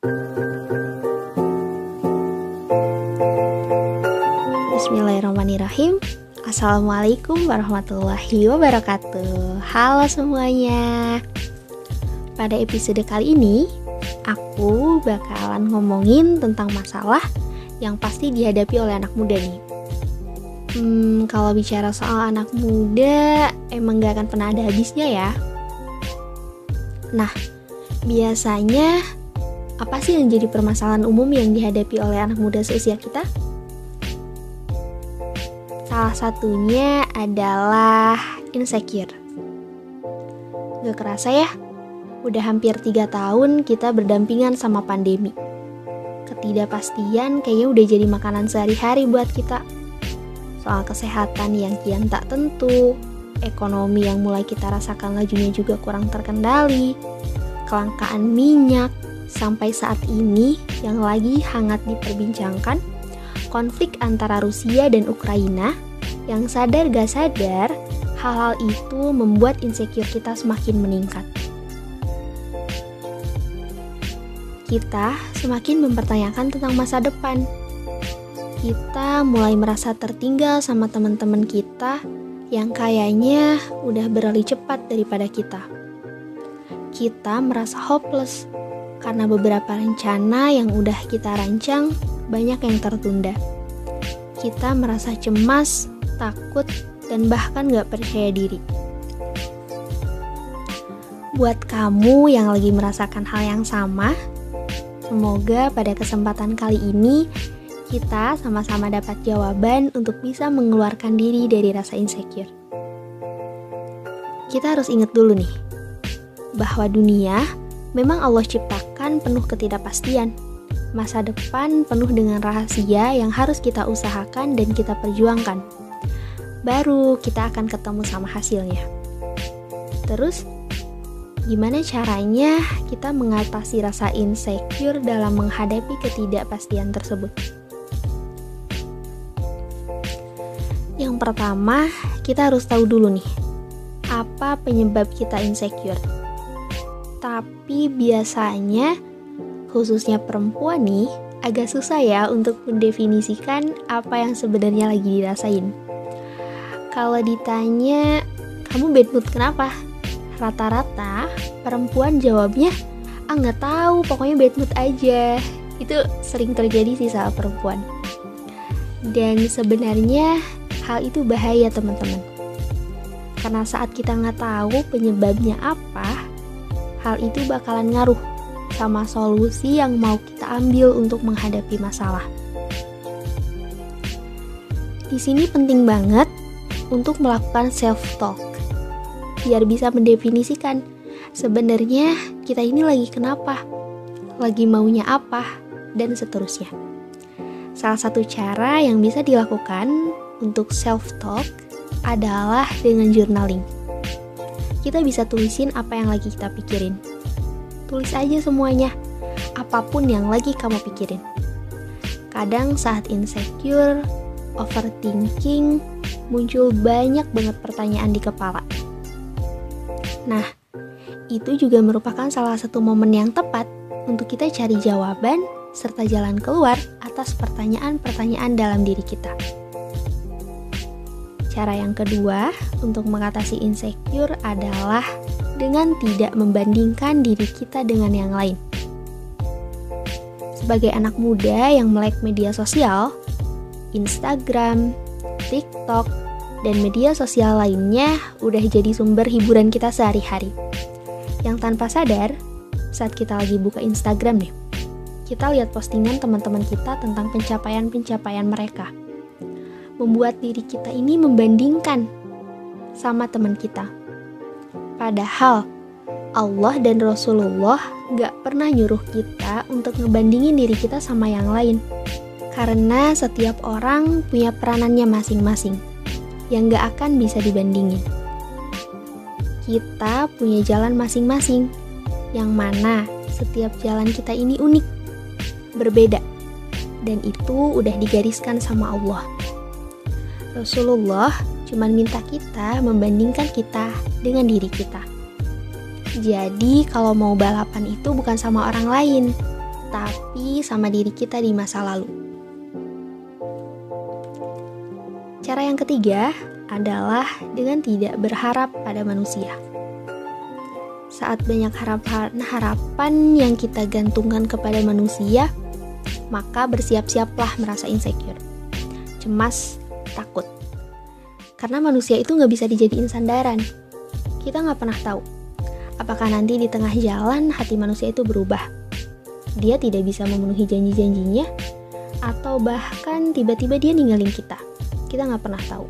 Bismillahirrahmanirrahim. Assalamualaikum warahmatullahi wabarakatuh. Halo semuanya. Pada episode kali ini, aku bakalan ngomongin tentang masalah yang pasti dihadapi oleh anak muda nih. Kalau bicara soal anak muda, emang gak akan pernah ada habisnya ya. Nah, biasanya apa sih yang jadi permasalahan umum yang dihadapi oleh anak muda seusia kita? Salah satunya adalah insecure. Gak kerasa ya, udah hampir 3 tahun kita berdampingan sama pandemi. Ketidakpastian kayaknya udah jadi makanan sehari-hari buat kita. Soal kesehatan yang kian tak tentu, ekonomi yang mulai kita rasakan lajunya juga kurang terkendali, kelangkaan minyak, sampai saat ini yang lagi hangat diperbincangkan, konflik antara Rusia dan Ukraina, yang sadar gak sadar, hal-hal itu membuat insecure kita semakin meningkat. Kita semakin mempertanyakan tentang masa depan. Kita mulai merasa tertinggal sama teman-teman kita yang kayaknya udah beralih cepat daripada kita. Kita merasa hopeless karena beberapa rencana yang udah kita rancang banyak yang tertunda. Kita merasa cemas, takut, dan bahkan gak percaya diri. Buat kamu yang lagi merasakan hal yang sama, semoga pada kesempatan kali ini kita sama-sama dapat jawaban untuk bisa mengeluarkan diri dari rasa insecure. Kita harus ingat dulu nih, bahwa dunia memang Allah ciptakan penuh ketidakpastian. Masa depan penuh dengan rahasia yang harus kita usahakan dan kita perjuangkan. Baru kita akan ketemu sama hasilnya. Terus, gimana caranya kita mengatasi rasa insecure dalam menghadapi ketidakpastian tersebut? Yang pertama, kita harus tahu dulu nih, apa penyebab kita insecure. Tapi biasanya, khususnya perempuan nih, agak susah ya untuk mendefinisikan apa yang sebenarnya lagi dirasain. Kalau ditanya, kamu bad mood kenapa? Rata-rata perempuan jawabnya, nggak tahu, pokoknya bad mood aja. Itu sering terjadi sih sama perempuan. Dan sebenarnya hal itu bahaya teman-teman. Karena saat kita nggak tahu penyebabnya apa, hal itu bakalan ngaruh sama solusi yang mau kita ambil untuk menghadapi masalah. Di sini penting banget untuk melakukan self-talk, biar bisa mendefinisikan sebenarnya kita ini lagi kenapa, lagi maunya apa, dan seterusnya. Salah satu cara yang bisa dilakukan untuk self-talk adalah dengan journaling. Kita bisa tulisin apa yang lagi kita pikirin. Tulis aja semuanya, apapun yang lagi kamu pikirin. Kadang saat insecure, overthinking, muncul banyak banget pertanyaan di kepala. Nah, itu juga merupakan salah satu momen yang tepat untuk kita cari jawaban serta jalan keluar atas pertanyaan-pertanyaan dalam diri kita. Cara yang kedua untuk mengatasi insecure adalah dengan tidak membandingkan diri kita dengan yang lain. Sebagai anak muda yang melek media sosial, Instagram, TikTok, dan media sosial lainnya udah jadi sumber hiburan kita sehari-hari. Yang tanpa sadar, saat kita lagi buka Instagram nih, kita lihat postingan teman-teman kita tentang pencapaian-pencapaian mereka. Membuat diri kita ini membandingkan sama teman kita. Padahal Allah dan Rasulullah gak pernah nyuruh kita untuk ngebandingin diri kita sama yang lain. Karena setiap orang punya peranannya masing-masing yang gak akan bisa dibandingin. Kita punya jalan masing-masing, yang mana setiap jalan kita ini unik, berbeda, dan itu udah digariskan sama Allah. Rasulullah cuma minta kita membandingkan kita dengan diri kita. Jadi kalau mau balapan itu bukan sama orang lain, tapi sama diri kita di masa lalu. Cara yang ketiga adalah dengan tidak berharap pada manusia. Saat banyak harapan yang kita gantungkan kepada manusia, maka bersiap-siaplah merasa insecure, cemas, takut. Karena manusia itu nggak bisa dijadiin sandaran. Kita nggak pernah tahu, apakah nanti di tengah jalan hati manusia itu berubah. Dia tidak bisa memenuhi janji-janjinya, atau bahkan tiba-tiba dia ninggalin kita. Kita nggak pernah tahu.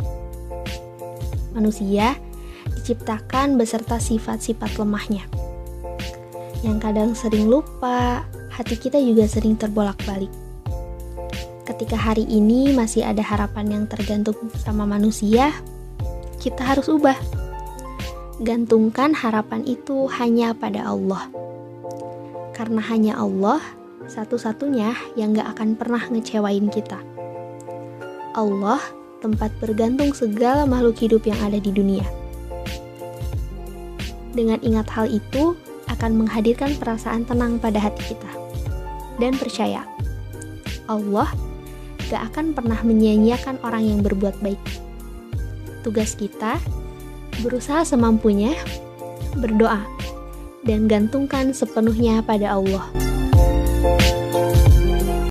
Manusia diciptakan beserta sifat-sifat lemahnya, yang kadang sering lupa, hati kita juga sering terbolak-balik. Ketika hari ini masih ada harapan yang tergantung sama manusia, kita harus ubah. Gantungkan harapan itu hanya pada Allah. Karena hanya Allah satu-satunya yang gak akan pernah ngecewain kita. Allah tempat bergantung segala makhluk hidup yang ada di dunia. Dengan ingat hal itu akan menghadirkan perasaan tenang pada hati kita. Dan percaya, Allah gak akan pernah menyia-nyiakan orang yang berbuat baik. Tugas kita berusaha semampunya, berdoa, dan gantungkan sepenuhnya pada Allah.